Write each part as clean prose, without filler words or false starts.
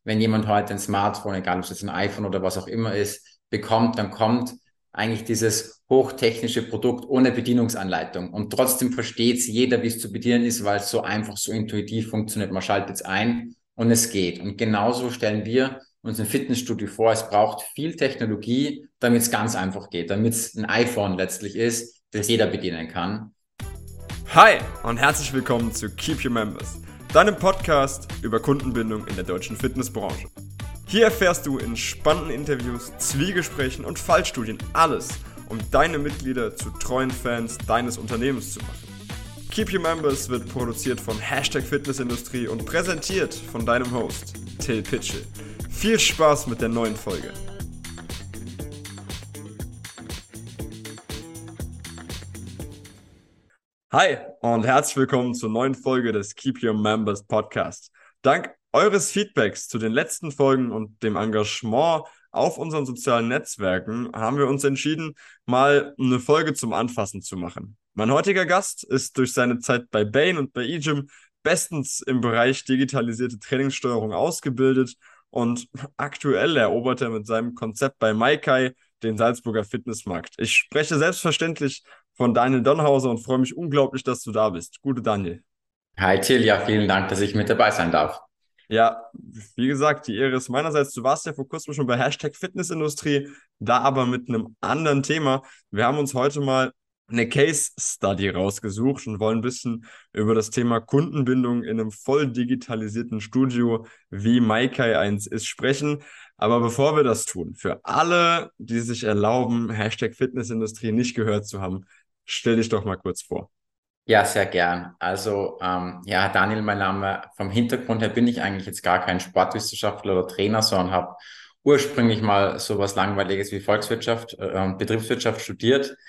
wenn jemand heute ein Smartphone, egal ob es jetzt ein iPhone oder was auch immer ist, bekommt, dann kommt eigentlich dieses hochtechnische Produkt ohne Bedienungsanleitung. Und trotzdem versteht es jeder, wie es zu bedienen ist, weil es so einfach, so intuitiv funktioniert. Man schaltet es ein und es geht. Und genauso stellen wir uns ein Fitnessstudio vor. Es braucht viel Technologie, damit es ganz einfach geht, damit es ein iPhone letztlich ist, das jeder bedienen kann. Hi und herzlich willkommen zu Keep Your Members, deinem Podcast über Kundenbindung in der deutschen Fitnessbranche. Hier erfährst du in spannenden Interviews, Zwiegesprächen und Fallstudien alles, um deine Mitglieder zu treuen Fans deines Unternehmens zu machen. Keep Your Members wird produziert von #Fitnessindustrie und präsentiert von deinem Host, Till Pitchell. Viel Spaß mit der neuen Folge. Hi und herzlich willkommen zur neuen Folge des Keep Your Members Podcast. Dank eures Feedbacks zu den letzten Folgen und dem Engagement auf unseren sozialen Netzwerken haben wir uns entschieden, mal eine Folge zum Anfassen zu machen. Mein heutiger Gast ist durch seine Zeit bei Bain und bei eGym bestens im Bereich digitalisierte Trainingssteuerung ausgebildet und aktuell erobert er mit seinem Konzept bei Maikai den Salzburger Fitnessmarkt. Ich spreche selbstverständlich von Daniel Donhauser und freue mich unglaublich, dass du da bist. Gute Daniel. Hi Till, ja, vielen Dank, dass ich mit dabei sein darf. Ja, wie gesagt, die Ehre ist meinerseits. Du warst ja vor kurzem schon bei Fitnessindustrie, da aber mit einem anderen Thema. Wir haben uns heute mal eine Case Study rausgesucht und wollen ein bisschen über das Thema Kundenbindung in einem voll digitalisierten Studio wie Maikai eins ist sprechen. Aber bevor wir das tun, für alle, die sich erlauben, Fitnessindustrie nicht gehört zu haben, stell dich doch mal kurz vor. Ja, sehr gern. Also, ja, Daniel, mein Name. Vom Hintergrund her bin ich eigentlich jetzt gar kein Sportwissenschaftler oder Trainer, sondern habe ursprünglich mal sowas Langweiliges wie Volkswirtschaft und Betriebswirtschaft studiert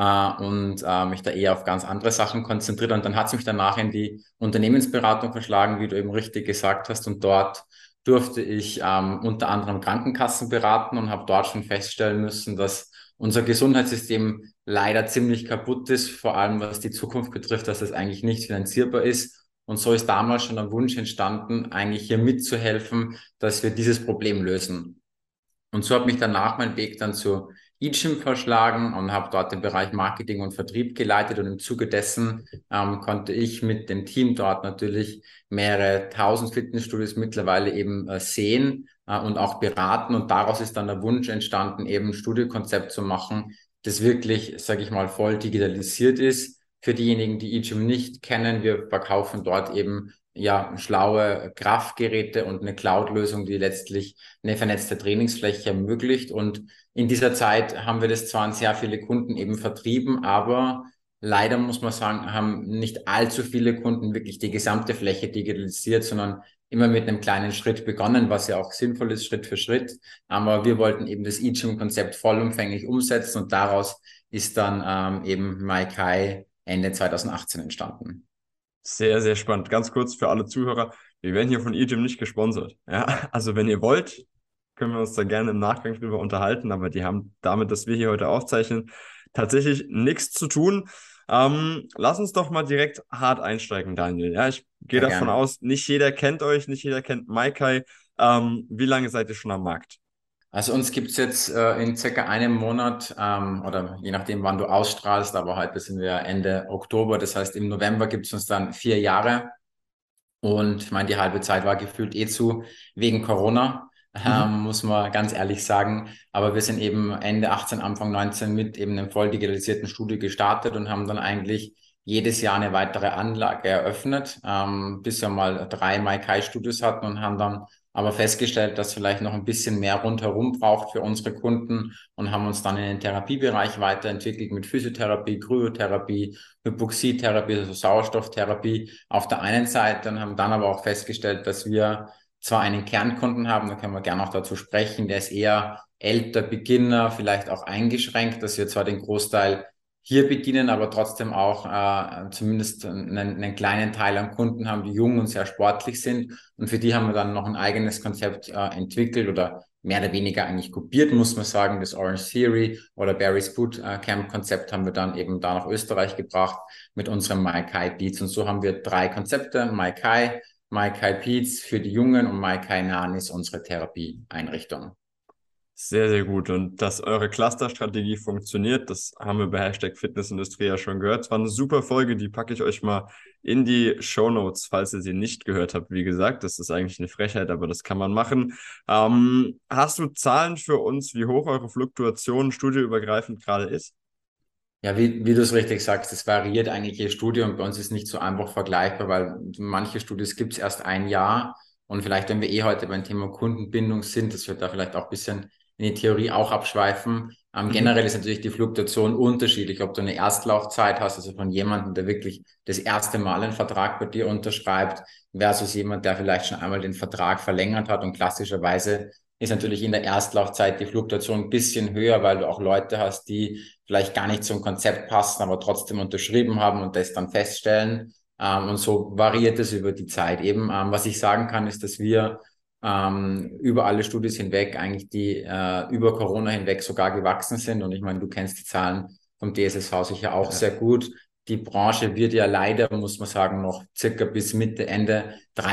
und mich da eher auf ganz andere Sachen konzentriert. Und dann hat es mich danach in die Unternehmensberatung verschlagen, wie du eben richtig gesagt hast. Und dort durfte ich unter anderem Krankenkassen beraten und habe dort schon feststellen müssen, dass unser Gesundheitssystem leider ziemlich kaputt ist, vor allem was die Zukunft betrifft, dass es eigentlich nicht finanzierbar ist. Und so ist damals schon der Wunsch entstanden, eigentlich hier mitzuhelfen, dass wir dieses Problem lösen. Und so hat mich danach mein Weg dann zu eGym verschlagen und habe dort den Bereich Marketing und Vertrieb geleitet. Und im Zuge dessen konnte ich mit dem Team dort natürlich mehrere tausend Fitnessstudios mittlerweile eben sehen und auch beraten. Und daraus ist dann der Wunsch entstanden, eben ein Studiokonzept zu machen, das wirklich, sage ich mal, voll digitalisiert ist. Für diejenigen, die eGym nicht kennen, wir verkaufen dort eben ja schlaue Kraftgeräte und eine Cloud-Lösung, die letztlich eine vernetzte Trainingsfläche ermöglicht. Und in dieser Zeit haben wir das zwar an sehr viele Kunden eben vertrieben, aber leider muss man sagen, haben nicht allzu viele Kunden wirklich die gesamte Fläche digitalisiert, sondern immer mit einem kleinen Schritt begonnen, was ja auch sinnvoll ist, Schritt für Schritt. Aber wir wollten eben das eGym-Konzept vollumfänglich umsetzen und daraus ist dann eben Maikai Ende 2018 entstanden. Sehr, sehr spannend. Ganz kurz für alle Zuhörer. Wir werden hier von eGym nicht gesponsert. Ja, also wenn ihr wollt, können wir uns da gerne im Nachgang drüber unterhalten, aber die haben damit, dass wir hier heute aufzeichnen, tatsächlich nichts zu tun. Lass uns doch mal direkt hart einsteigen, Daniel. Ja, ich gehe Sehr davon gerne. aus, nicht jeder kennt euch, nicht jeder kennt Maikai. Wie lange seid ihr schon am Markt? Also uns gibt's jetzt in circa einem Monat oder je nachdem, wann du ausstrahlst, aber heute sind wir Ende Oktober, das heißt im November gibt's uns dann 4 Jahre und ich meine, die halbe Zeit war gefühlt zu wegen Corona, Mhm. muss man ganz ehrlich sagen, aber wir sind eben Ende 18, Anfang 19 mit eben einem voll digitalisierten Studio gestartet und haben dann eigentlich jedes Jahr eine weitere Anlage eröffnet, bis wir mal 3 Maikai-Studios hatten und haben dann aber festgestellt, dass vielleicht noch ein bisschen mehr rundherum braucht für unsere Kunden und haben uns dann in den Therapiebereich weiterentwickelt mit Physiotherapie, Kryotherapie, Hypoxietherapie, also Sauerstofftherapie auf der einen Seite und haben dann aber auch festgestellt, dass wir zwar einen Kernkunden haben, da können wir gerne auch dazu sprechen, der ist eher älter, Beginner, vielleicht auch eingeschränkt, dass wir zwar den Großteil hier bedienen, aber trotzdem auch zumindest einen kleinen Teil an Kunden haben, die jung und sehr sportlich sind. Und für die haben wir dann noch ein eigenes Konzept entwickelt oder mehr oder weniger eigentlich kopiert, muss man sagen. Das Orange Theory oder Barry's Bootcamp Konzept haben wir dann eben da nach Österreich gebracht mit unserem Maikai Beats. Und so haben wir 3 Konzepte, Maikai, Maikai Pietz für die Jungen und Maikai Nan ist unsere Therapieeinrichtung. Sehr, sehr gut. Und dass eure Cluster-Strategie funktioniert, das haben wir bei Hashtag Fitnessindustrie ja schon gehört. Es war eine super Folge, die packe ich euch mal in die Shownotes, falls ihr sie nicht gehört habt. Wie gesagt, das ist eigentlich eine Frechheit, aber das kann man machen. Hast du Zahlen für uns, wie hoch eure Fluktuation studioübergreifend gerade ist? Ja, wie du es richtig sagst, es variiert eigentlich je Studie und bei uns ist nicht so einfach vergleichbar, weil manche Studies gibt es erst ein Jahr und vielleicht, wenn wir heute beim Thema Kundenbindung sind, das wird da vielleicht auch ein bisschen in die Theorie auch abschweifen. Mhm. Generell ist natürlich die Fluktuation unterschiedlich, ob du eine Erstlaufzeit hast, also von jemandem, der wirklich das erste Mal einen Vertrag bei dir unterschreibt, versus jemand, der vielleicht schon einmal den Vertrag verlängert hat und klassischerweise ist natürlich in der Erstlaufzeit die Fluktuation ein bisschen höher, weil du auch Leute hast, die vielleicht gar nicht zum Konzept passen, aber trotzdem unterschrieben haben und das dann feststellen. Und so variiert es über die Zeit. Eben, was ich sagen kann, ist, dass wir über alle Studien hinweg eigentlich über Corona hinweg sogar gewachsen sind. Und ich meine, du kennst die Zahlen vom DSSV sicher auch Ja. sehr gut. Die Branche wird ja leider, muss man sagen, noch circa bis Mitte, Ende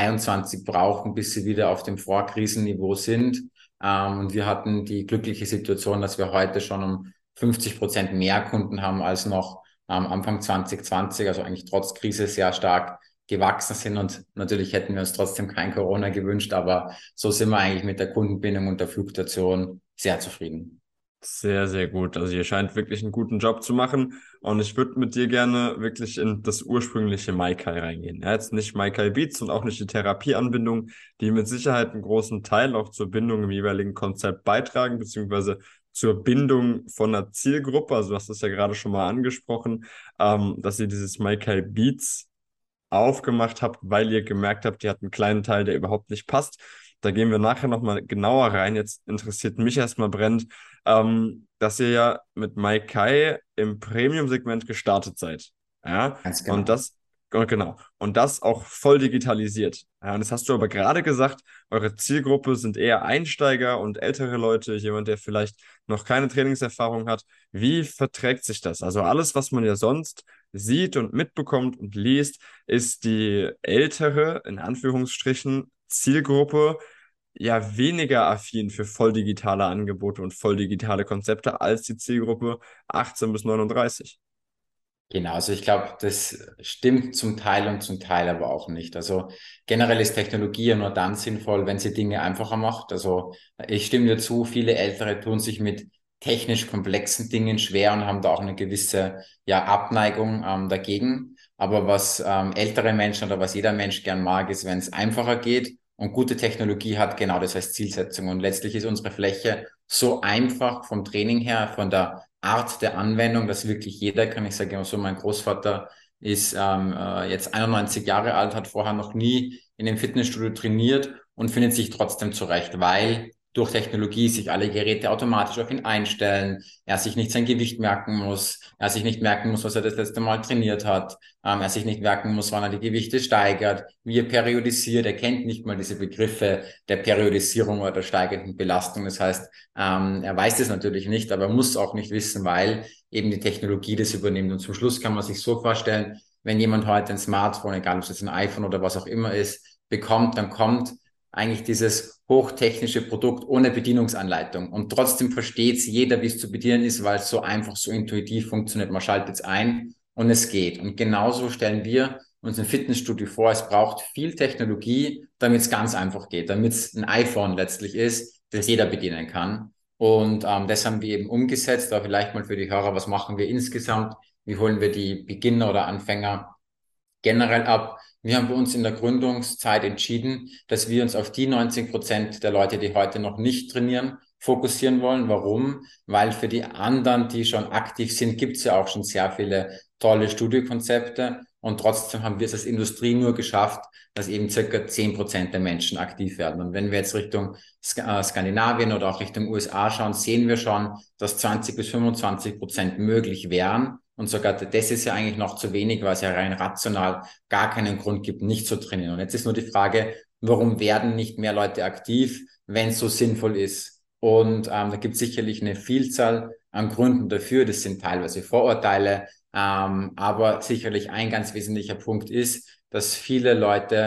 23 brauchen, bis sie wieder auf dem Vorkrisenniveau sind. Und wir hatten die glückliche Situation, dass wir heute schon um 50% mehr Kunden haben als noch am Anfang 2020, also eigentlich trotz Krise sehr stark gewachsen sind. Und natürlich hätten wir uns trotzdem kein Corona gewünscht, aber so sind wir eigentlich mit der Kundenbindung und der Fluktuation sehr zufrieden. Sehr, sehr gut. Also ihr scheint wirklich einen guten Job zu machen. Und ich würde mit dir gerne wirklich in das ursprüngliche Maikai reingehen. Ja, jetzt nicht Maikai Beats und auch nicht die Therapieanbindung, die mit Sicherheit einen großen Teil auch zur Bindung im jeweiligen Konzept beitragen, beziehungsweise zur Bindung von einer Zielgruppe. Also du hast es ja gerade schon mal angesprochen, dass ihr dieses Maikai Beats aufgemacht habt, weil ihr gemerkt habt, ihr habt einen kleinen Teil, der überhaupt nicht passt. Da gehen wir nachher nochmal genauer rein. Jetzt interessiert mich erstmal brennend, dass ihr ja mit Maikai im Premium-Segment gestartet seid. Ja, Ganz und genau. das, genau, und das auch voll digitalisiert. Ja, und das hast du aber gerade gesagt, eure Zielgruppe sind eher Einsteiger und ältere Leute, jemand, der vielleicht noch keine Trainingserfahrung hat. Wie verträgt sich das? Also alles, was man ja sonst sieht und mitbekommt und liest, ist die ältere, in Anführungsstrichen, Zielgruppe ja weniger affin für voll digitale Angebote und voll digitale Konzepte als die Zielgruppe 18 bis 39. Genau, also ich glaube, das stimmt zum Teil und zum Teil aber auch nicht. Also generell ist Technologie ja nur dann sinnvoll, wenn sie Dinge einfacher macht. Also ich stimme dir zu, viele Ältere tun sich mit technisch komplexen Dingen schwer und haben da auch eine gewisse Abneigung dagegen. Aber was ältere Menschen oder was jeder Mensch gern mag, ist, wenn es einfacher geht und gute Technologie hat, genau das heißt Zielsetzung. Und letztlich ist unsere Fläche so einfach vom Training her, von der Art der Anwendung, dass wirklich jeder kann. Ich sage immer so, mein Großvater ist jetzt 91 Jahre alt, hat vorher noch nie in einem Fitnessstudio trainiert und findet sich trotzdem zurecht, weil durch Technologie sich alle Geräte automatisch auf ihn einstellen, er sich nicht sein Gewicht merken muss, er sich nicht merken muss, was er das letzte Mal trainiert hat, er sich nicht merken muss, wann er die Gewichte steigert, wie er periodisiert, er kennt nicht mal diese Begriffe der Periodisierung oder der steigenden Belastung. Das heißt, er weiß das natürlich nicht, aber er muss auch nicht wissen, weil eben die Technologie das übernimmt. Und zum Schluss kann man sich so vorstellen, wenn jemand heute ein Smartphone, egal ob es jetzt ein iPhone oder was auch immer ist, bekommt, dann kommt eigentlich dieses hochtechnische Produkt ohne Bedienungsanleitung. Und trotzdem versteht es jeder, wie es zu bedienen ist, weil es so einfach, so intuitiv funktioniert. Man schaltet es ein und es geht. Und genauso stellen wir uns ein Fitnessstudio vor. Es braucht viel Technologie, damit es ganz einfach geht, damit es ein iPhone letztlich ist, das jeder bedienen kann. Und das haben wir eben umgesetzt. Da vielleicht mal für die Hörer, was machen wir insgesamt? Wie holen wir die Beginner oder Anfänger generell ab? Wir haben für uns in der Gründungszeit entschieden, dass wir uns auf die 90% der Leute, die heute noch nicht trainieren, fokussieren wollen. Warum? Weil für die anderen, die schon aktiv sind, gibt es ja auch schon sehr viele tolle Studiokonzepte. Und trotzdem haben wir es als Industrie nur geschafft, dass eben circa 10% der Menschen aktiv werden. Und wenn wir jetzt Richtung Skandinavien oder auch Richtung USA schauen, sehen wir schon, dass 20 bis 25% möglich wären. Und sogar das ist ja eigentlich noch zu wenig, weil es ja rein rational gar keinen Grund gibt, nicht zu trainieren. Und jetzt ist nur die Frage, warum werden nicht mehr Leute aktiv, wenn es so sinnvoll ist? Und da gibt es sicherlich eine Vielzahl an Gründen dafür. Das sind teilweise Vorurteile, aber sicherlich ein ganz wesentlicher Punkt ist, dass viele Leute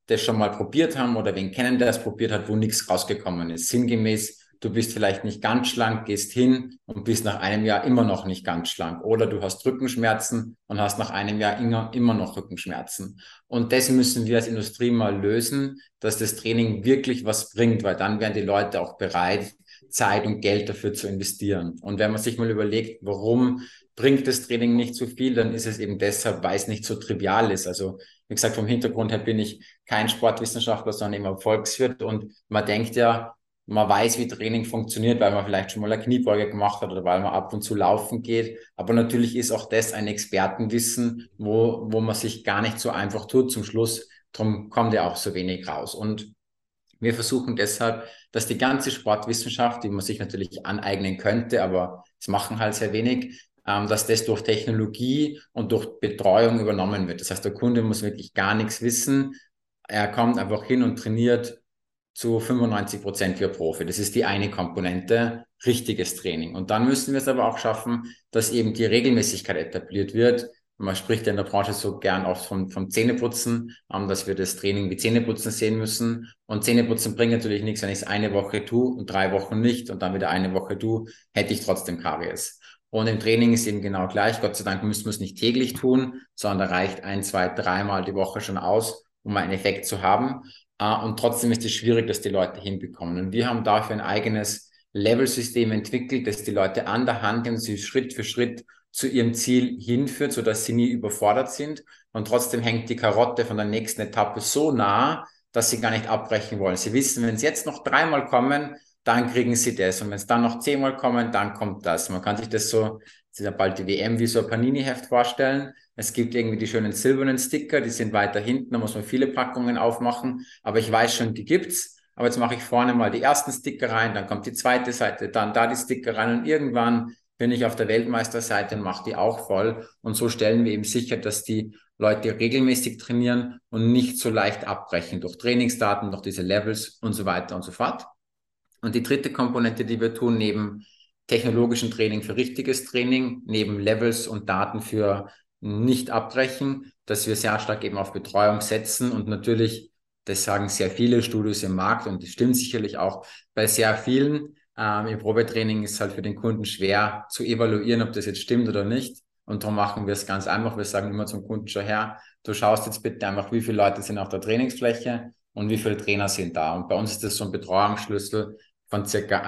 das schon mal probiert haben oder wen kennen, der es probiert hat, wo nichts rausgekommen ist. Sinngemäß, du bist vielleicht nicht ganz schlank, gehst hin und bist nach einem Jahr immer noch nicht ganz schlank. Oder du hast Rückenschmerzen und hast nach einem Jahr immer noch Rückenschmerzen. Und das müssen wir als Industrie mal lösen, dass das Training wirklich was bringt, weil dann wären die Leute auch bereit, Zeit und Geld dafür zu investieren. Und wenn man sich mal überlegt, warum bringt das Training nicht so viel, dann ist es eben deshalb, weil es nicht so trivial ist. Also wie gesagt, vom Hintergrund her bin ich kein Sportwissenschaftler, sondern eben Volkswirt, und man denkt ja, man weiß, wie Training funktioniert, weil man vielleicht schon mal eine Kniebeuge gemacht hat oder weil man ab und zu laufen geht. Aber natürlich ist auch das ein Expertenwissen, wo man sich gar nicht so einfach tut zum Schluss. Darum kommt ja auch so wenig raus. Und wir versuchen deshalb, dass die ganze Sportwissenschaft, die man sich natürlich aneignen könnte, aber es machen halt sehr wenig, dass das durch Technologie und durch Betreuung übernommen wird. Das heißt, der Kunde muss wirklich gar nichts wissen. Er kommt einfach hin und trainiert zu 95% wie ein Profi. Das ist die eine Komponente, richtiges Training. Und dann müssen wir es aber auch schaffen, dass eben die Regelmäßigkeit etabliert wird. Man spricht ja in der Branche so gern auch vom Zähneputzen, dass wir das Training wie Zähneputzen sehen müssen. Und Zähneputzen bringt natürlich nichts, wenn ich es eine Woche tue und 3 Wochen nicht und dann wieder eine Woche tue, hätte ich trotzdem Karies. Und im Training ist eben genau gleich. Gott sei Dank müssen wir es nicht täglich tun, sondern da reicht 1, 2, 3 Mal die Woche schon aus, um einen Effekt zu haben. Und trotzdem ist es schwierig, dass die Leute hinbekommen. Und wir haben dafür ein eigenes Level-System entwickelt, das die Leute an der Hand und sie Schritt für Schritt zu ihrem Ziel hinführt, sodass sie nie überfordert sind. Und trotzdem hängt die Karotte von der nächsten Etappe so nah, dass sie gar nicht abbrechen wollen. Sie wissen, wenn sie jetzt noch 3-mal kommen, dann kriegen sie das. Und wenn es dann noch 10-mal kommen, dann kommt das. Man kann sich das so, es ist ja bald die WM, wie so ein Panini-Heft vorstellen. Es gibt irgendwie die schönen silbernen Sticker, die sind weiter hinten, da muss man viele Packungen aufmachen. Aber ich weiß schon, die gibt's. Aber jetzt mache ich vorne mal die ersten Sticker rein, dann kommt die zweite Seite, dann da die Sticker rein und irgendwann bin ich auf der Weltmeisterseite und mache die auch voll. Und so stellen wir eben sicher, dass die Leute regelmäßig trainieren und nicht so leicht abbrechen durch Trainingsdaten, durch diese Levels und so weiter und so fort. Und die dritte Komponente, die wir tun, neben technologischen Training für richtiges Training, neben Levels und Daten für nicht abbrechen, dass wir sehr stark eben auf Betreuung setzen und natürlich, das sagen sehr viele Studios im Markt und das stimmt sicherlich auch bei sehr vielen. Im Probetraining ist halt für den Kunden schwer zu evaluieren, ob das jetzt stimmt oder nicht. Und darum machen wir es ganz einfach. Wir sagen immer zum Kunden schon her, du schaust jetzt bitte einfach, wie viele Leute sind auf der Trainingsfläche und wie viele Trainer sind da. Und bei uns ist das so ein Betreuungsschlüssel von circa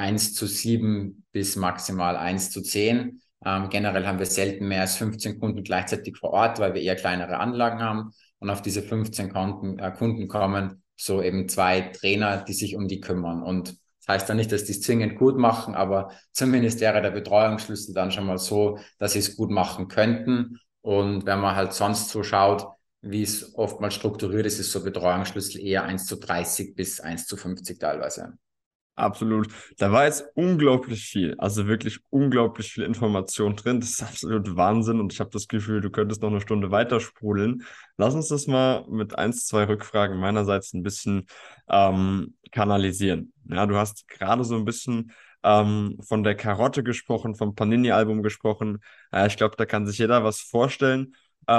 1:7 bis maximal 1:10. Generell haben wir selten mehr als 15 Kunden gleichzeitig vor Ort, weil wir eher kleinere Anlagen haben. Und auf diese 15 Kunden kommen so eben 2 Trainer, die sich um die kümmern. Und das heißt dann nicht, dass die es zwingend gut machen, aber zumindest wäre der Betreuungsschlüssel dann schon mal so, dass sie es gut machen könnten. Und wenn man halt sonst so schaut, wie es oftmals strukturiert ist, ist so Betreuungsschlüssel eher 1:30 bis 1:50 teilweise. Absolut. Da war jetzt unglaublich viel, also wirklich unglaublich viel Information drin. Das ist absolut Wahnsinn und ich habe das Gefühl, du könntest noch eine Stunde weiter sprudeln. Lass uns das mal mit 1, 2 Rückfragen meinerseits ein bisschen kanalisieren. Ja, du hast gerade so ein bisschen von der Karotte gesprochen, vom Panini-Album gesprochen. Ich glaube, da kann sich jeder was vorstellen.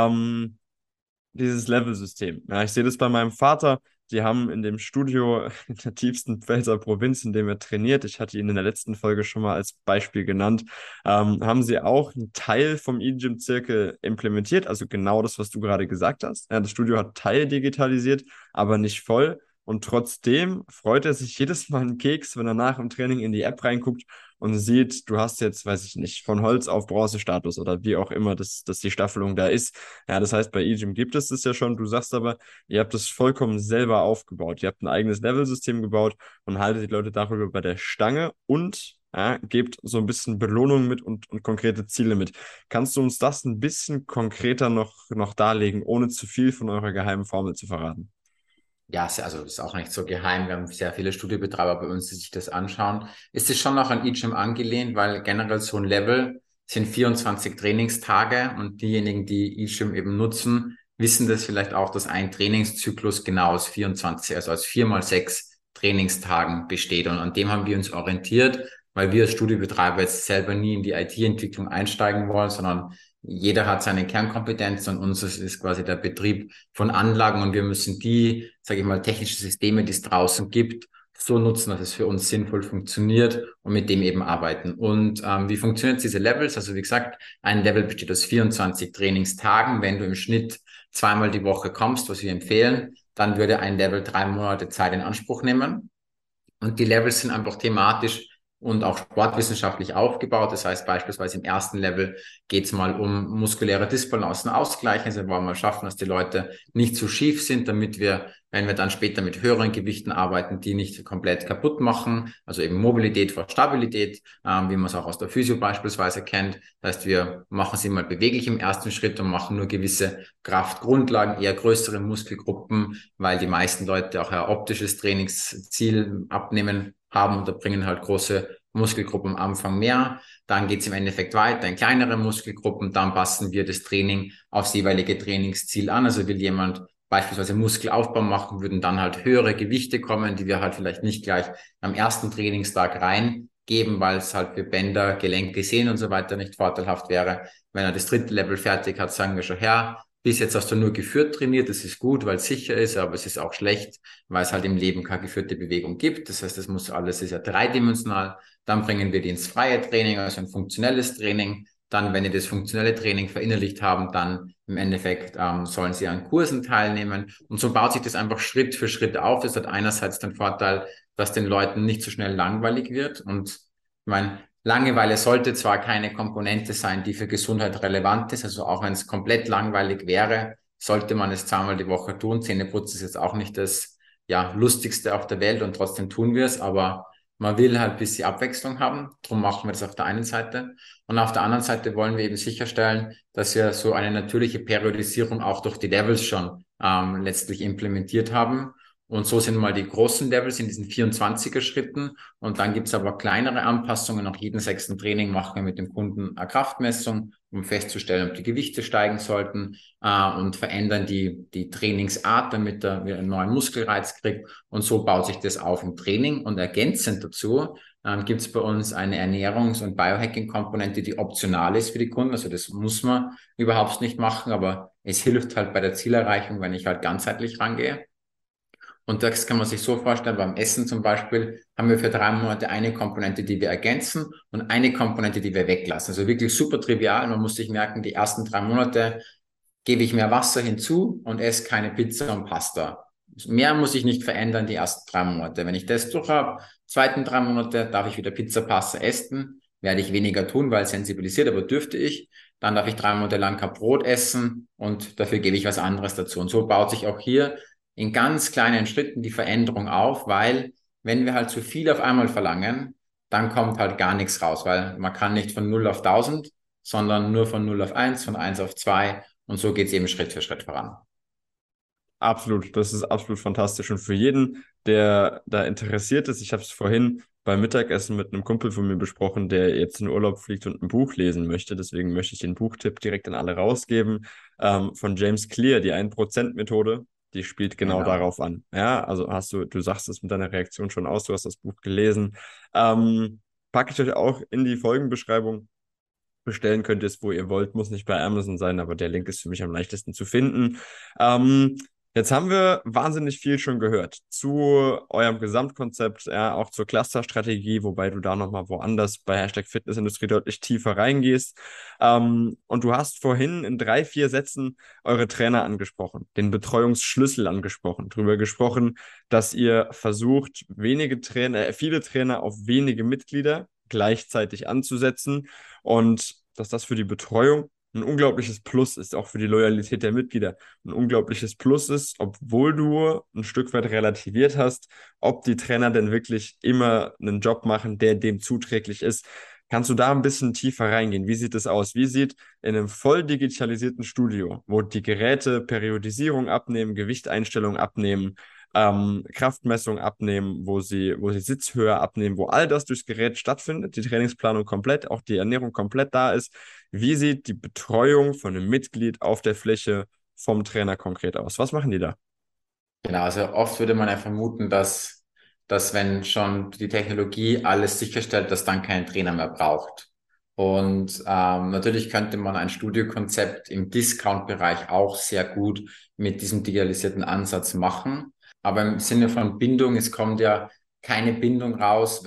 Dieses Level-System. Ja, ich sehe das bei meinem Vater. Die haben in dem Studio in der tiefsten Pfälzer Provinz, in dem er trainiert, ich hatte ihn in der letzten Folge schon mal als Beispiel genannt, haben sie auch einen Teil vom E-Gym-Zirkel implementiert, also genau das, was du gerade gesagt hast. Ja, das Studio hat Teil digitalisiert, aber nicht voll. Und trotzdem freut er sich jedes Mal einen Keks, wenn er nach dem Training in die App reinguckt und sieht, du hast jetzt, weiß ich nicht, von Holz auf Bronze-Status oder wie auch immer dass die Staffelung da ist. Ja, das heißt, bei eGym gibt es das ja schon. Du sagst aber, ihr habt das vollkommen selber aufgebaut. Ihr habt ein eigenes Level-System gebaut und haltet die Leute darüber bei der Stange und ja, gebt so ein bisschen Belohnung mit und konkrete Ziele mit. Kannst du uns das ein bisschen konkreter noch darlegen, ohne zu viel von eurer geheimen Formel zu verraten? Ja, also das ist auch nicht so geheim. Wir haben sehr viele Studiobetreiber bei uns, die sich das anschauen. Es ist schon auch an eGym angelehnt, weil generell so ein Level sind 24 Trainingstage und diejenigen, die eGym eben nutzen, wissen das vielleicht auch, dass ein Trainingszyklus genau aus 24, also aus 4 mal 6 Trainingstagen besteht. Und an dem haben wir uns orientiert, weil wir als Studiobetreiber jetzt selber nie in die IT-Entwicklung einsteigen wollen, sondern jeder hat seine Kernkompetenz und unseres ist quasi der Betrieb von Anlagen und wir müssen die, sage ich mal, technischen Systeme, die es draußen gibt, so nutzen, dass es für uns sinnvoll funktioniert und mit dem eben arbeiten. Und wie funktionieren jetzt diese Levels? Also wie gesagt, ein Level besteht aus 24 Trainingstagen. Wenn du im Schnitt zweimal die Woche kommst, was wir empfehlen, dann würde ein Level 3 Monate Zeit in Anspruch nehmen. Und die Levels sind einfach thematisch und auch sportwissenschaftlich aufgebaut. Das heißt beispielsweise im ersten Level geht es mal um muskuläre Disbalancen ausgleichen. Also wir wollen mal schaffen, dass die Leute nicht zu schief sind, damit wir, wenn wir dann später mit höheren Gewichten arbeiten, die nicht komplett kaputt machen. Also eben Mobilität vor Stabilität, wie man es auch aus der Physio beispielsweise kennt. Das heißt, wir machen sie mal beweglich im ersten Schritt und machen nur gewisse Kraftgrundlagen, eher größere Muskelgruppen, weil die meisten Leute auch ein optisches Trainingsziel abnehmen haben und da bringen halt große Muskelgruppen am Anfang mehr. Dann geht's im Endeffekt weiter in kleinere Muskelgruppen. Dann passen wir das Training aufs jeweilige Trainingsziel an. Also will jemand beispielsweise Muskelaufbau machen, würden dann halt höhere Gewichte kommen, die wir halt vielleicht nicht gleich am ersten Trainingstag reingeben, weil es halt für Bänder, Gelenke, Sehnen und so weiter nicht vorteilhaft wäre. Wenn er das dritte Level fertig hat, sagen wir schon, Herr, bis jetzt hast du nur geführt trainiert, das ist gut, weil es sicher ist, aber es ist auch schlecht, weil es halt im Leben keine geführte Bewegung gibt. Das heißt, das muss alles, ist ja dreidimensional. Dann bringen wir die ins freie Training, also ein funktionelles Training. Dann, wenn die das funktionelle Training verinnerlicht haben, dann im Endeffekt sollen sie an Kursen teilnehmen. Und so baut sich das einfach Schritt für Schritt auf. Das hat einerseits den Vorteil, dass den Leuten nicht so schnell langweilig wird. Und ich meine, Langeweile sollte zwar keine Komponente sein, die für Gesundheit relevant ist, also auch wenn es komplett langweilig wäre, sollte man es zweimal die Woche tun. Zähneputzen ist jetzt auch nicht das lustigste auf der Welt und trotzdem tun wir es, aber man will halt ein bisschen Abwechslung haben. Darum machen wir das auf der einen Seite. Und auf der anderen Seite wollen wir eben sicherstellen, dass wir so eine natürliche Periodisierung auch durch die Levels schon letztlich implementiert haben. Und so sind mal die großen Levels in diesen 24er Schritten. Und dann gibt's aber kleinere Anpassungen. Nach jedem sechsten Training machen wir mit dem Kunden eine Kraftmessung, um festzustellen, ob die Gewichte steigen sollten, und verändern die Trainingsart, damit er wieder einen neuen Muskelreiz kriegt. Und so baut sich das auf im Training. Und ergänzend dazu gibt's bei uns eine Ernährungs- und Biohacking-Komponente, die optional ist für die Kunden. Also das muss man überhaupt nicht machen, aber es hilft halt bei der Zielerreichung, wenn ich halt ganzheitlich rangehe. Und das kann man sich so vorstellen, beim Essen zum Beispiel haben wir für 3 Monate eine Komponente, die wir ergänzen und eine Komponente, die wir weglassen. Also wirklich super trivial. Man muss sich merken, die ersten 3 Monate gebe ich mehr Wasser hinzu und esse keine Pizza und Pasta. Mehr muss ich nicht verändern die ersten 3 Monate. Wenn ich das durch habe, zweiten 3 Monate darf ich wieder Pizza, Pasta essen. Werde ich weniger tun, weil sensibilisiert, aber dürfte ich. Dann darf ich 3 Monate lang kein Brot essen und dafür gebe ich was anderes dazu. Und so baut sich auch hier in ganz kleinen Schritten die Veränderung auf, weil wenn wir halt zu viel auf einmal verlangen, dann kommt halt gar nichts raus, weil man kann nicht von 0 auf 1000, sondern nur von 0 auf 1, von 1 auf 2 und so geht's eben Schritt für Schritt voran. Absolut, das ist absolut fantastisch. Und für jeden, der da interessiert ist, ich habe es vorhin beim Mittagessen mit einem Kumpel von mir besprochen, der jetzt in Urlaub fliegt und ein Buch lesen möchte. Deswegen möchte ich den Buchtipp direkt an alle rausgeben. Von James Clear, die 1%-Methode, die spielt genau Genau. darauf an. Ja, also du sagst es mit deiner Reaktion schon aus, du hast das Buch gelesen. Packe ich euch auch in die Folgenbeschreibung. Bestellen könnt ihr es, wo ihr wollt, muss nicht bei Amazon sein, aber der Link ist für mich am leichtesten zu finden. Ähm, Jetzt haben wir wahnsinnig viel schon gehört zu eurem Gesamtkonzept, ja, auch zur Clusterstrategie, wobei du da nochmal woanders bei Hashtag Fitnessindustrie deutlich tiefer reingehst. Und du hast vorhin in 3, 4 Sätzen eure Trainer angesprochen, den Betreuungsschlüssel angesprochen, darüber gesprochen, dass ihr versucht, viele Trainer auf wenige Mitglieder gleichzeitig anzusetzen und dass das für die Betreuung ein unglaubliches Plus ist, auch für die Loyalität der Mitglieder. Ein unglaubliches Plus ist, obwohl du ein Stück weit relativiert hast, ob die Trainer denn wirklich immer einen Job machen, der dem zuträglich ist. Kannst du da ein bisschen tiefer reingehen? Wie sieht es aus? Wie sieht in einem voll digitalisierten Studio, wo die Geräte Periodisierung abnehmen, Gewichteinstellung abnehmen, Kraftmessung abnehmen, wo sie Sitzhöhe abnehmen, wo all das durchs Gerät stattfindet, die Trainingsplanung komplett, auch die Ernährung komplett da ist. Wie sieht die Betreuung von einem Mitglied auf der Fläche vom Trainer konkret aus? Was machen die da? Genau, also oft würde man ja vermuten, dass wenn schon die Technologie alles sicherstellt, dass dann kein Trainer mehr braucht. Und natürlich könnte man ein Studiokonzept im Discount-Bereich auch sehr gut mit diesem digitalisierten Ansatz machen. Aber im Sinne von Bindung, es kommt ja keine Bindung raus,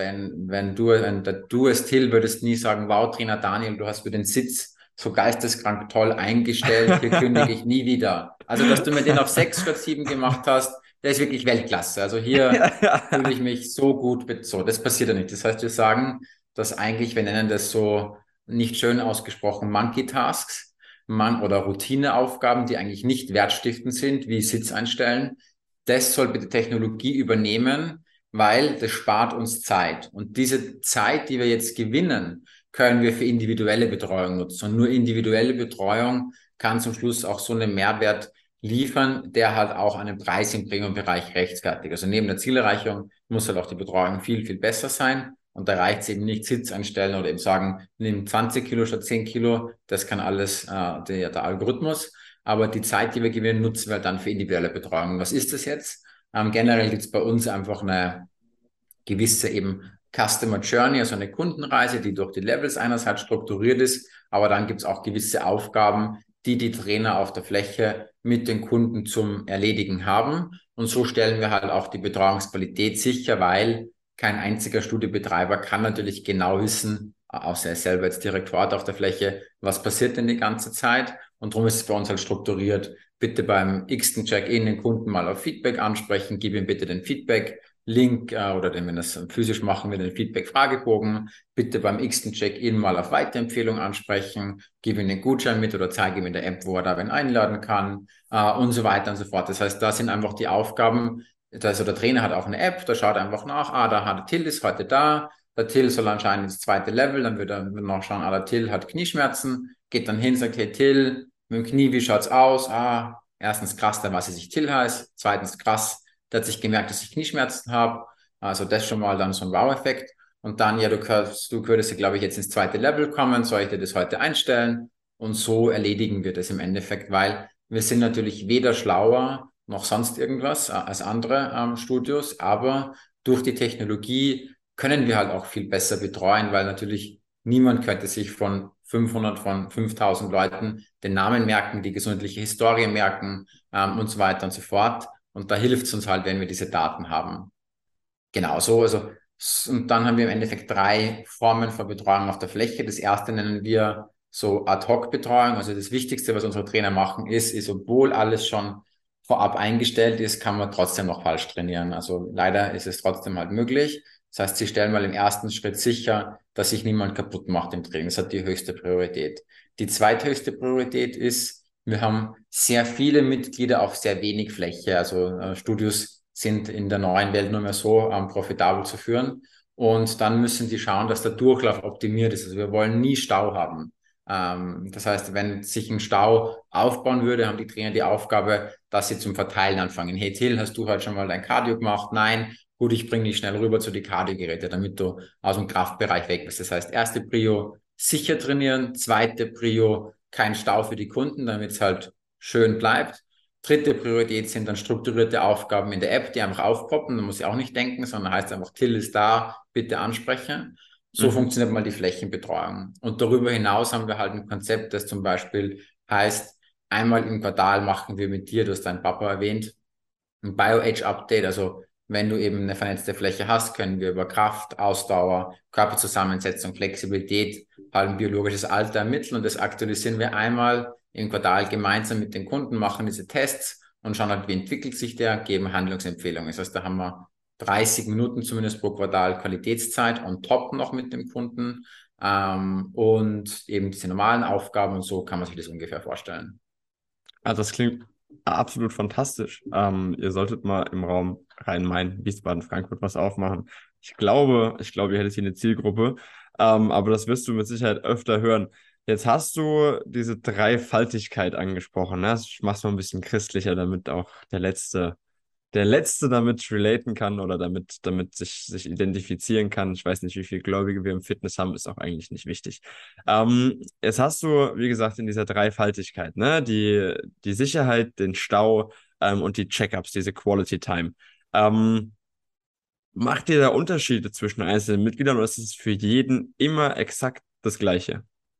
wenn du als Till würdest nie sagen, wow, Trainer Daniel, du hast mir den Sitz so geisteskrank toll eingestellt, hier kündige ich nie wieder. Also, dass du mir den auf 6 statt 7 gemacht hast, der ist wirklich Weltklasse. Also hier fühle ich mich so gut mit, so, das passiert ja nicht. Das heißt, wir sagen, dass eigentlich, wir nennen das so, nicht schön ausgesprochen Monkey Tasks, oder Routineaufgaben, die eigentlich nicht wertstiftend sind, wie Sitz einstellen. Das soll bitte Technologie übernehmen, weil das spart uns Zeit. Und diese Zeit, die wir jetzt gewinnen, können wir für individuelle Betreuung nutzen. Und nur individuelle Betreuung kann zum Schluss auch so einen Mehrwert liefern, der halt auch einen Preis im Premium-Bereich rechtfertigt. Also neben der Zielerreichung muss halt auch die Betreuung viel, viel besser sein. Und da reicht es eben nicht, Sitz einstellen oder eben sagen, nimm 20 Kilo statt 10 Kilo. Das kann alles der Algorithmus. Aber die Zeit, die wir gewinnen, nutzen wir dann für individuelle Betreuung. Was ist das jetzt? Generell gibt es bei uns einfach eine gewisse eben Customer Journey, also eine Kundenreise, die durch die Levels einerseits strukturiert ist, aber dann gibt es auch gewisse Aufgaben, die die Trainer auf der Fläche mit den Kunden zum Erledigen haben. Und so stellen wir halt auch die Betreuungsqualität sicher, weil kein einziger Studiobetreiber kann natürlich genau wissen, außer er selber jetzt direkt vor Ort auf der Fläche, was passiert denn die ganze Zeit. Und darum ist es bei uns halt strukturiert. Bitte beim x-ten Check-in den Kunden mal auf Feedback ansprechen, gib ihm bitte den Feedback-Link oder wenn wir das physisch machen, wir den Feedback-Fragebogen. Bitte beim x-ten Check-in mal auf Weiterempfehlung ansprechen, gib ihm den Gutschein mit oder zeige ihm in der App, wo er da wen einladen kann und so weiter und so fort. Das heißt, da sind einfach die Aufgaben. Also der Trainer hat auch eine App, da schaut er einfach nach, da hat der Till ist heute da, der Till soll anscheinend ins zweite Level, dann wird er noch schauen, der Till hat Knieschmerzen, geht dann hin, sagt, hey Till, mit dem Knie, wie schaut's aus? Erstens krass, der weiß, dass ich Till heiße. Zweitens krass, der hat sich gemerkt, dass ich Knieschmerzen habe. Also das schon mal dann so ein Wow-Effekt. Und dann, ja, du würdest ja, glaube ich, jetzt ins zweite Level kommen, soll ich dir das heute einstellen? Und so erledigen wir das im Endeffekt, weil wir sind natürlich weder schlauer noch sonst irgendwas als andere Studios, aber durch die Technologie können wir halt auch viel besser betreuen, weil natürlich niemand könnte sich von 500, von 5000 Leuten den Namen merken, die gesundheitliche Historie merken und so weiter und so fort. Und da hilft es uns halt, wenn wir diese Daten haben. Genau so. Und dann haben wir im Endeffekt 3 Formen von Betreuung auf der Fläche. Das erste nennen wir so Ad-Hoc-Betreuung. Also das Wichtigste, was unsere Trainer machen, ist, obwohl alles schon vorab eingestellt ist, kann man trotzdem noch falsch trainieren. Also leider ist es trotzdem halt möglich. Das heißt, sie stellen mal im ersten Schritt sicher, dass sich niemand kaputt macht im Training. Das hat die höchste Priorität. Die zweithöchste Priorität ist, wir haben sehr viele Mitglieder auf sehr wenig Fläche. Also Studios sind in der neuen Welt nur mehr so profitabel zu führen. Und dann müssen die schauen, dass der Durchlauf optimiert ist. Also wir wollen nie Stau haben. Das heißt, wenn sich ein Stau aufbauen würde, haben die Trainer die Aufgabe, dass sie zum Verteilen anfangen. Hey Till, hast du heute schon mal dein Cardio gemacht? Nein. Gut, ich bringe dich schnell rüber zu die Cardio-Geräte, damit du aus dem Kraftbereich weg bist. Das heißt, erste Prio, sicher trainieren. Zweite Prio, kein Stau für die Kunden, damit es halt schön bleibt. Dritte Priorität sind dann strukturierte Aufgaben in der App, die einfach aufpoppen. Da muss ich auch nicht denken, sondern heißt einfach, Till ist da, bitte ansprechen. So Mhm. funktioniert mal die Flächenbetreuung. Und darüber hinaus haben wir halt ein Konzept, das zum Beispiel heißt, einmal im Quartal machen wir mit dir, du hast deinen Papa erwähnt, ein Bio-Age-Update. Also wenn du eben eine vernetzte Fläche hast, können wir über Kraft, Ausdauer, Körperzusammensetzung, Flexibilität, halt ein biologisches Alter ermitteln und das aktualisieren wir einmal im Quartal gemeinsam mit den Kunden, machen diese Tests und schauen halt, wie entwickelt sich der, geben Handlungsempfehlungen. Das heißt, da haben wir 30 Minuten zumindest pro Quartal Qualitätszeit on top noch mit dem Kunden und eben diese normalen Aufgaben und so kann man sich das ungefähr vorstellen. Also das klingt absolut fantastisch. Ihr solltet mal im Raum Rhein-Main, Wiesbaden, Frankfurt was aufmachen. Ich glaube, ihr hättet hier eine Zielgruppe. Aber das wirst du mit Sicherheit öfter hören. Jetzt hast du diese Dreifaltigkeit angesprochen. Ne? Ich mach's mal ein bisschen christlicher, damit auch der Letzte damit relaten kann oder damit sich identifizieren kann. Ich weiß nicht, wie viele Gläubige wir im Fitness haben, ist auch eigentlich nicht wichtig. Jetzt hast du, wie gesagt, in dieser Dreifaltigkeit, ne, die Sicherheit, den Stau, und die Checkups, diese Quality Time. Ähm, Macht ihr da Unterschiede zwischen einzelnen Mitgliedern oder ist es für jeden immer exakt das Gleiche?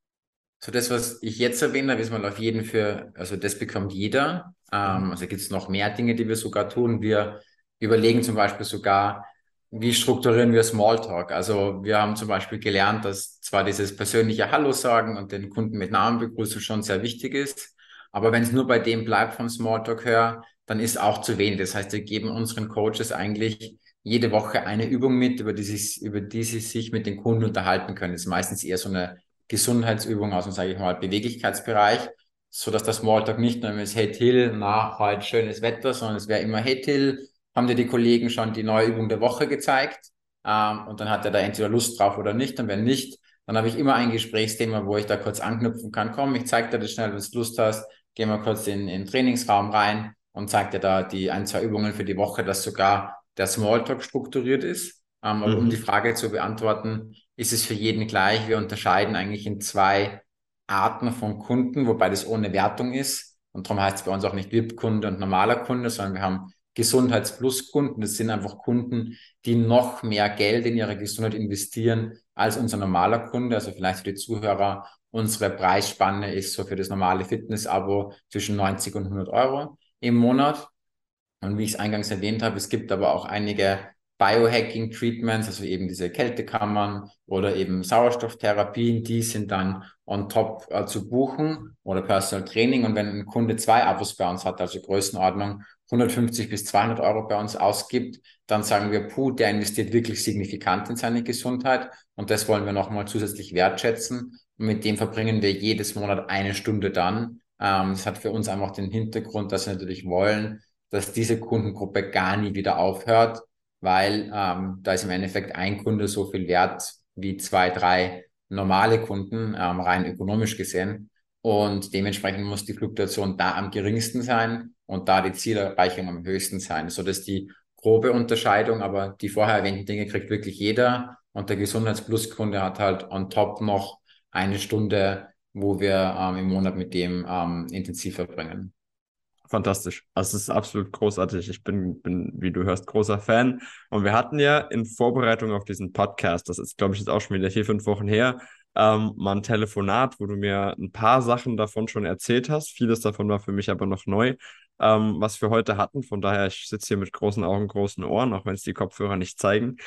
So das, was ich jetzt erwähnt habe, ist mal auf jeden Fall, also das bekommt jeder. Mhm. Also gibt es noch mehr Dinge, die wir sogar tun. Wir überlegen zum Beispiel sogar, wie strukturieren wir Smalltalk? Also wir haben zum Beispiel gelernt, dass zwar dieses persönliche Hallo sagen und den Kunden mit Namen begrüßen schon sehr wichtig ist, aber wenn es nur bei dem bleibt vom Smalltalk her, dann ist auch zu wenig. Das heißt, wir geben unseren Coaches eigentlich jede Woche eine Übung mit, über die sie sich mit den Kunden unterhalten können. Das ist meistens eher so eine Gesundheitsübung aus dem, sage ich mal, Beweglichkeitsbereich, so dass der Smalltalk nicht nur immer ist, hey Till, na, heute schönes Wetter, sondern es wäre immer, hey Till, haben dir die Kollegen schon die neue Übung der Woche gezeigt? Und dann hat er da entweder Lust drauf oder nicht. Und wenn nicht, dann habe ich immer ein Gesprächsthema, wo ich da kurz anknüpfen kann. Komm, ich zeige dir das schnell, wenn du Lust hast. Geh mal kurz in den Trainingsraum rein und zeig dir da die ein, zwei Übungen für die Woche, dass sogar der Smalltalk strukturiert ist. Aber um die Mhm. Frage zu beantworten, ist es für jeden gleich. Wir unterscheiden eigentlich in zwei Arten von Kunden, wobei das ohne Wertung ist. Und darum heißt es bei uns auch nicht VIP-Kunde und normaler Kunde, sondern wir haben Gesundheits-Plus-Kunden. Das sind einfach Kunden, die noch mehr Geld in ihre Gesundheit investieren als unser normaler Kunde. Also vielleicht für die Zuhörer, unsere Preisspanne ist so für das normale Fitness-Abo zwischen 90 und 100 Euro im Monat. Und wie ich es eingangs erwähnt habe, es gibt aber auch einige Biohacking-Treatments, also eben diese Kältekammern oder eben Sauerstofftherapien, die sind dann on top zu buchen oder Personal Training. Und wenn ein Kunde zwei Abos bei uns hat, also Größenordnung 150 bis 200 Euro bei uns ausgibt, dann sagen wir, puh, der investiert wirklich signifikant in seine Gesundheit und das wollen wir nochmal zusätzlich wertschätzen. Und mit dem verbringen wir jedes Monat eine Stunde dann. Das hat für uns einfach den Hintergrund, dass wir natürlich wollen, dass diese Kundengruppe gar nie wieder aufhört, weil da ist im Endeffekt ein Kunde so viel wert wie zwei, drei normale Kunden, rein ökonomisch gesehen. Und dementsprechend muss die Fluktuation da am geringsten sein und da die Zielerreichung am höchsten sein. So dass die grobe Unterscheidung, aber die vorher erwähnten Dinge kriegt wirklich jeder. Und der Gesundheitsplus-Kunde hat halt on top noch eine Stunde, wo wir im Monat mit dem intensiv verbringen. Fantastisch. Also es ist absolut großartig. Ich bin, wie du hörst, großer Fan. Und wir hatten ja in Vorbereitung auf diesen Podcast, das ist, glaube ich, jetzt auch schon wieder 4, 5 Wochen her, mal ein Telefonat, wo du mir ein paar Sachen davon schon erzählt hast. Vieles davon war für mich aber noch neu, was wir heute hatten. Von daher, ich sitze hier mit großen Augen, großen Ohren, auch wenn es die Kopfhörer nicht zeigen.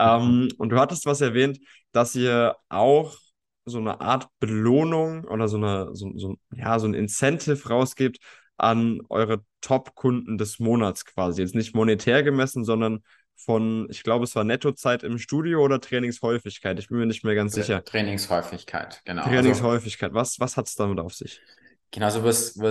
Und du hattest was erwähnt, dass ihr auch so eine Art Belohnung oder ja, so ein Incentive rausgibt an eure Top-Kunden des Monats quasi. Jetzt nicht monetär gemessen, sondern von, ich glaube, es war Nettozeit im Studio oder Trainingshäufigkeit. Ich bin mir nicht mehr ganz sicher. Trainingshäufigkeit, genau. Also Trainingshäufigkeit, was hat es damit auf sich? genauso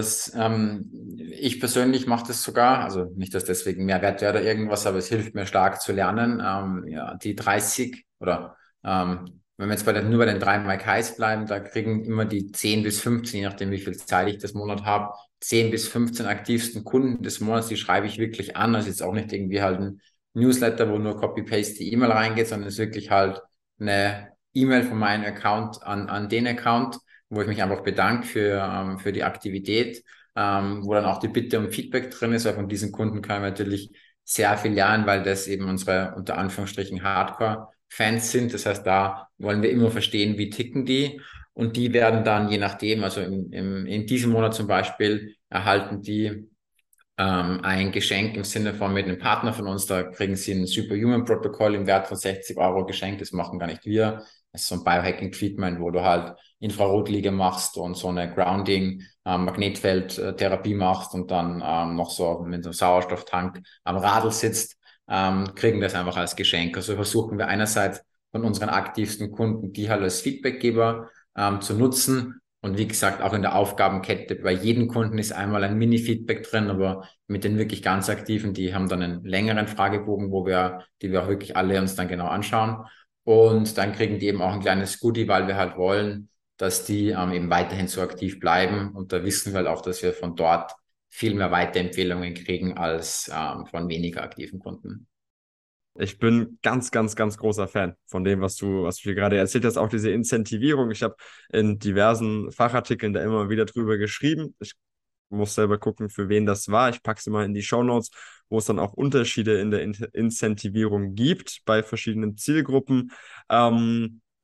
ich persönlich mache das sogar, also nicht, dass deswegen mehr Wert wäre oder irgendwas, aber es hilft mir stark zu lernen. Ja, die 30 oder wenn wir jetzt nur bei den drei Mike Highs bleiben, da kriegen immer die 10 bis 15, je nachdem wie viel Zeit ich das Monat habe, 10 bis 15 aktivsten Kunden des Monats, die schreibe ich wirklich an. Also jetzt auch nicht irgendwie halt ein Newsletter, wo nur Copy-Paste die E-Mail reingeht, sondern es ist wirklich halt eine E-Mail von meinem Account an den Account, wo ich mich einfach bedanke für die Aktivität, wo dann auch die Bitte um Feedback drin ist, weil von diesen Kunden können wir natürlich sehr viel lernen, weil das eben unsere unter Anführungsstrichen Hardcore-Fans sind. Das heißt, da wollen wir immer verstehen, wie ticken die. Und die werden dann je nachdem, also in diesem Monat zum Beispiel, erhalten die ein Geschenk im Sinne von mit einem Partner von uns, da kriegen sie ein Superhuman-Protokoll im Wert von 60 Euro geschenkt. Das machen gar nicht wir. Das ist so ein Biohacking-Treatment, wo du halt Infrarotliege machst und so eine Grounding, Magnetfeld-Therapie machst und dann noch so mit so einem Sauerstofftank am Radl sitzt, kriegen das einfach als Geschenk. Also versuchen wir einerseits von unseren aktivsten Kunden, die halt als Feedbackgeber zu nutzen. Und wie gesagt, auch in der Aufgabenkette, bei jedem Kunden ist einmal ein Mini-Feedback drin, aber mit den wirklich ganz Aktiven, die haben dann einen längeren Fragebogen, die wir auch wirklich alle uns dann genau anschauen. Und dann kriegen die eben auch ein kleines Goodie, weil wir halt wollen, dass die eben weiterhin so aktiv bleiben. Und da wissen wir halt auch, dass wir von dort viel mehr Weiterempfehlungen kriegen als von weniger aktiven Kunden. Ich bin ganz, ganz, ganz großer Fan von dem, was du hier gerade erzählt hast. Auch diese Incentivierung. Ich habe in diversen Fachartikeln da immer wieder drüber geschrieben. Ich muss selber gucken, für wen das war. Ich packe es mal in die Shownotes, wo es dann auch Unterschiede in der Incentivierung gibt bei verschiedenen Zielgruppen.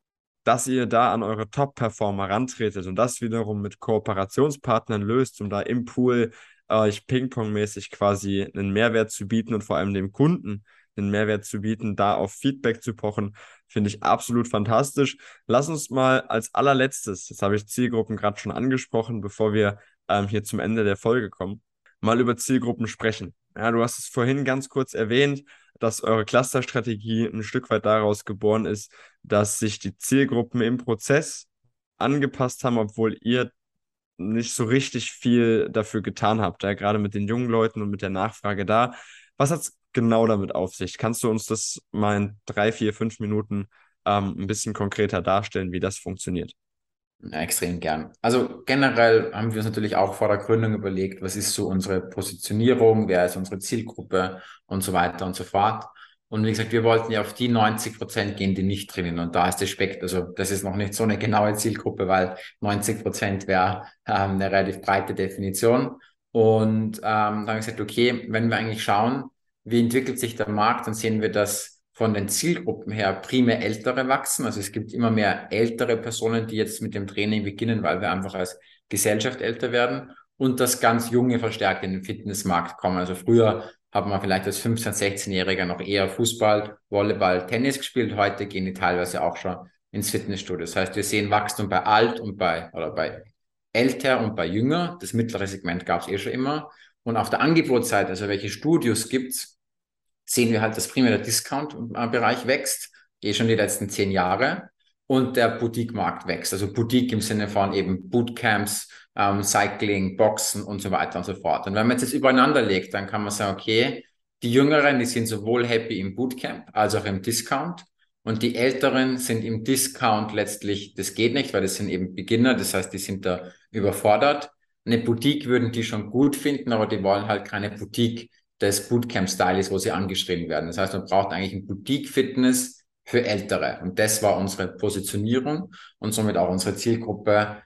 dass ihr da an eure Top-Performer rantretet und das wiederum mit Kooperationspartnern löst, um da im Pool euch Ping-Pong-mäßig quasi einen Mehrwert zu bieten und vor allem dem Kunden einen Mehrwert zu bieten, da auf Feedback zu pochen, finde ich absolut fantastisch. Lass uns mal als allerletztes, jetzt habe ich Zielgruppen gerade schon angesprochen, bevor wir hier zum Ende der Folge kommen, mal über Zielgruppen sprechen. Ja, du hast es vorhin ganz kurz erwähnt, dass eure Clusterstrategie ein Stück weit daraus geboren ist, dass sich die Zielgruppen im Prozess angepasst haben, obwohl ihr nicht so richtig viel dafür getan habt, ja, gerade mit den jungen Leuten und mit der Nachfrage da. Was hat es genau damit auf sich? Kannst du uns das mal in 3, 4, 5 Minuten ein bisschen konkreter darstellen, wie das funktioniert? Ja, extrem gern. Also generell haben wir uns natürlich auch vor der Gründung überlegt, was ist so unsere Positionierung, wer ist unsere Zielgruppe und so weiter und so fort. Und wie gesagt, wir wollten ja auf die 90% gehen, die nicht drinnen. Und da ist das Spektrum, also das ist noch nicht so eine genaue Zielgruppe, weil 90% wäre eine relativ breite Definition. Und dann haben wir gesagt, okay, wenn wir eigentlich schauen, wie entwickelt sich der Markt, dann sehen wir, dass von den Zielgruppen her primär Ältere wachsen. Also es gibt immer mehr ältere Personen, die jetzt mit dem Training beginnen, weil wir einfach als Gesellschaft älter werden und dass ganz Junge verstärkt in den Fitnessmarkt kommen. Also früher hat man vielleicht als 15-, 16-Jähriger noch eher Fußball, Volleyball, Tennis gespielt. Heute gehen die teilweise auch schon ins Fitnessstudio. Das heißt, wir sehen Wachstum bei alt und bei älter und bei jünger. Das mittlere Segment gab es schon immer. Und auf der Angebotsseite, also welche Studios gibt's, sehen wir halt, dass primär der Discount-Bereich wächst, schon die letzten 10 Jahre. Und der Boutique-Markt wächst. Also Boutique im Sinne von eben Bootcamps, Cycling, Boxen und so weiter und so fort. Und wenn man jetzt das übereinander legt, dann kann man sagen, okay, die Jüngeren, die sind sowohl happy im Bootcamp als auch im Discount. Und die Älteren sind im Discount letztlich, das geht nicht, weil das sind eben Beginner, das heißt, die sind da überfordert. Eine Boutique würden die schon gut finden, aber die wollen halt keine Boutique des Bootcamp-Style ist, wo sie angeschrieben werden. Das heißt, man braucht eigentlich ein Boutique-Fitness für Ältere. Und das war unsere Positionierung und somit auch unsere Zielgruppe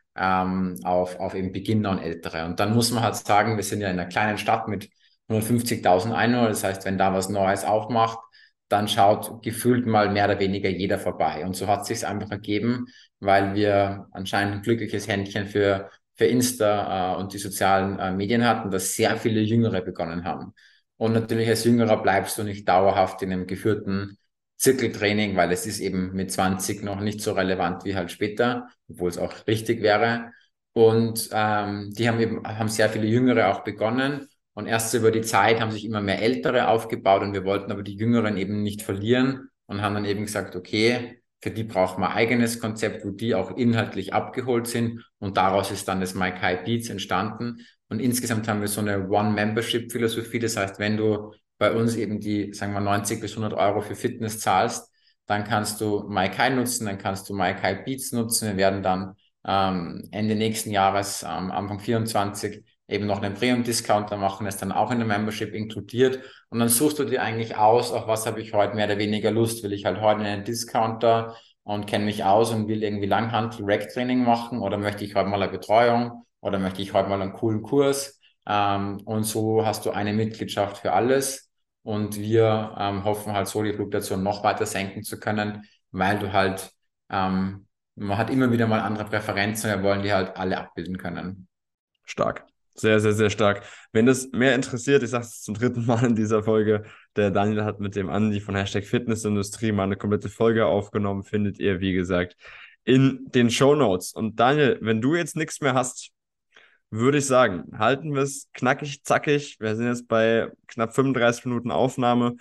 auf eben Beginner und Ältere. Und dann muss man halt sagen, wir sind ja in einer kleinen Stadt mit 150.000 Einwohnern. Das heißt, wenn da was Neues aufmacht, dann schaut gefühlt mal mehr oder weniger jeder vorbei. Und so hat es sich einfach ergeben, weil wir anscheinend ein glückliches Händchen für Insta und die sozialen Medien hatten, dass sehr viele Jüngere begonnen haben. Und natürlich als Jüngerer bleibst du nicht dauerhaft in einem geführten Zirkeltraining, weil es ist eben mit 20 noch nicht so relevant wie halt später, obwohl es auch richtig wäre. Und die haben sehr viele Jüngere auch begonnen. Und erst über die Zeit haben sich immer mehr Ältere aufgebaut und wir wollten aber die Jüngeren eben nicht verlieren und haben dann eben gesagt, okay, für die braucht man ein eigenes Konzept, wo die auch inhaltlich abgeholt sind. Und daraus ist dann das Maikai Beats entstanden. Und insgesamt haben wir so eine One-Membership-Philosophie. Das heißt, wenn du bei uns eben die, sagen wir, 90 bis 100 Euro für Fitness zahlst, dann kannst du Maikai nutzen, dann kannst du Maikai Beats nutzen. Wir werden dann Ende nächsten Jahres, Anfang 24, eben noch einen Premium-Discounter machen, das dann auch in der Membership inkludiert. Und dann suchst du dir eigentlich aus, auf was habe ich heute mehr oder weniger Lust. Will ich halt heute einen Discounter und kenne mich aus und will irgendwie Langhantel-Rack-Training machen oder möchte ich heute mal eine Betreuung oder möchte ich heute mal einen coolen Kurs? Und so hast du eine Mitgliedschaft für alles. Und wir hoffen halt so, die Fluktuation noch weiter senken zu können, weil du halt, man hat immer wieder mal andere Präferenzen, wir wollen die halt alle abbilden können. Stark. Sehr, sehr, sehr stark. Wenn das mehr interessiert, ich sage es zum dritten Mal in dieser Folge, der Daniel hat mit dem Andi von Hashtag Fitnessindustrie mal eine komplette Folge aufgenommen, findet ihr, wie gesagt, in den Shownotes. Und Daniel, wenn du jetzt nichts mehr hast, würde ich sagen, halten wir es knackig, zackig. Wir sind jetzt bei knapp 35 Minuten Aufnahme,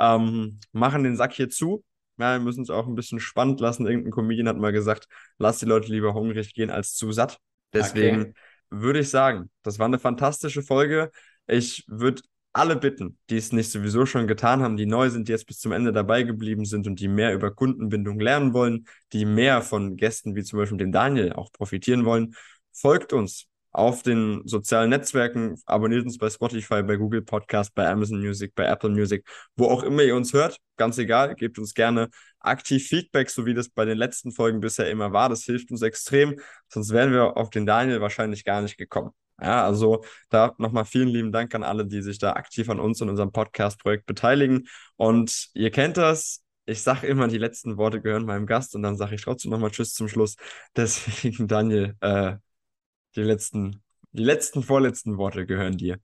machen den Sack hier zu. Ja, wir müssen es auch ein bisschen spannend lassen. Irgendein Comedian hat mal gesagt, lass die Leute lieber hungrig gehen als zu satt. Okay. Deswegen würde ich sagen, das war eine fantastische Folge. Ich würde alle bitten, die es nicht sowieso schon getan haben, die neu sind, die jetzt bis zum Ende dabei geblieben sind und die mehr über Kundenbindung lernen wollen, die mehr von Gästen wie zum Beispiel dem Daniel auch profitieren wollen, folgt uns auf den sozialen Netzwerken, abonniert uns bei Spotify, bei Google Podcast, bei Amazon Music, bei Apple Music, wo auch immer ihr uns hört, ganz egal, gebt uns gerne aktiv Feedback, so wie das bei den letzten Folgen bisher immer war. Das hilft uns extrem, sonst wären wir auf den Daniel wahrscheinlich gar nicht gekommen. Ja, also da nochmal vielen lieben Dank an alle, die sich da aktiv an uns und unserem Podcast-Projekt beteiligen. Und ihr kennt das, ich sage immer, die letzten Worte gehören meinem Gast und dann sage ich trotzdem nochmal Tschüss zum Schluss. Deswegen, Daniel, die vorletzten Worte gehören dir.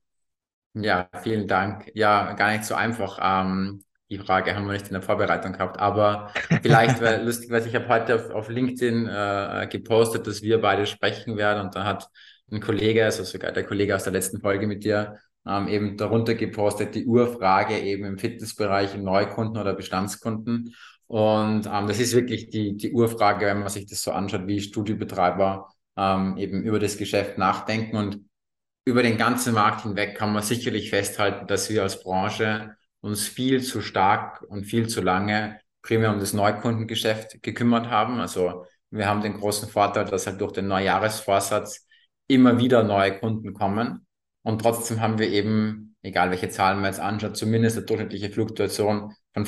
Ja, vielen Dank. Ja, gar nicht so einfach. Die Frage haben wir nicht in der Vorbereitung gehabt, aber vielleicht wäre lustig, weil ich habe heute auf LinkedIn gepostet, dass wir beide sprechen werden und da hat ein Kollege, also sogar der Kollege aus der letzten Folge mit dir, eben darunter gepostet, die Urfrage eben im Fitnessbereich, im Neukunden oder Bestandskunden. Und das ist wirklich die Urfrage, wenn man sich das so anschaut, wie Studiobetreiber eben über das Geschäft nachdenken. Und über den ganzen Markt hinweg kann man sicherlich festhalten, dass wir als Branche uns viel zu stark und viel zu lange primär um das Neukundengeschäft gekümmert haben. Also wir haben den großen Vorteil, dass halt durch den Neujahresvorsatz immer wieder neue Kunden kommen. Und trotzdem haben wir eben, egal welche Zahlen man jetzt anschaut, zumindest eine durchschnittliche Fluktuation von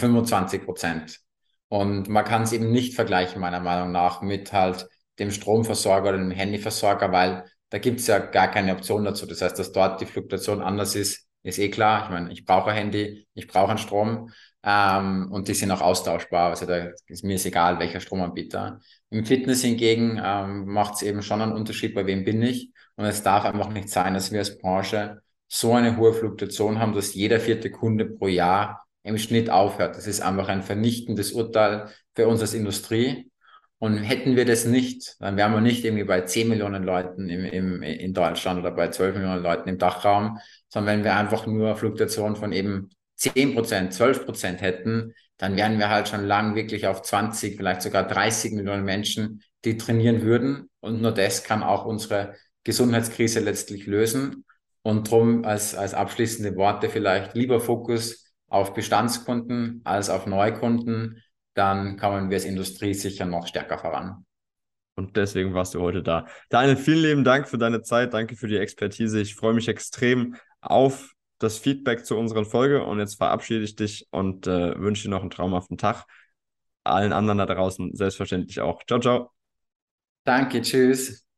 25%. Und man kann es eben nicht vergleichen, meiner Meinung nach, mit halt dem Stromversorger oder dem Handyversorger, weil da gibt's ja gar keine Option dazu. Das heißt, dass dort die Fluktuation anders ist eh klar. Ich meine, ich brauche ein Handy, ich brauche einen Strom und die sind auch austauschbar. Also da ist mir egal, welcher Stromanbieter. Im Fitness hingegen macht es eben schon einen Unterschied, bei wem bin ich. Und es darf einfach nicht sein, dass wir als Branche so eine hohe Fluktuation haben, dass jeder vierte Kunde pro Jahr im Schnitt aufhört. Das ist einfach ein vernichtendes Urteil für uns als Industrie. Und hätten wir das nicht, dann wären wir nicht irgendwie bei 10 Millionen Leuten in Deutschland oder bei 12 Millionen Leuten im Dachraum, sondern wenn wir einfach nur Fluktuation von eben 10%, 12% hätten, dann wären wir halt schon lang wirklich auf 20, vielleicht sogar 30 Millionen Menschen, die trainieren würden. Und nur das kann auch unsere Gesundheitskrise letztlich lösen. Und drum als abschließende Worte vielleicht lieber Fokus auf Bestandskunden als auf Neukunden, dann kommen wir als Industrie sicher noch stärker voran. Und deswegen warst du heute da. Daniel, vielen lieben Dank für deine Zeit. Danke für die Expertise. Ich freue mich extrem auf das Feedback zu unserer Folge. Und jetzt verabschiede ich dich und wünsche dir noch einen traumhaften Tag. Allen anderen da draußen selbstverständlich auch. Ciao, ciao. Danke, tschüss.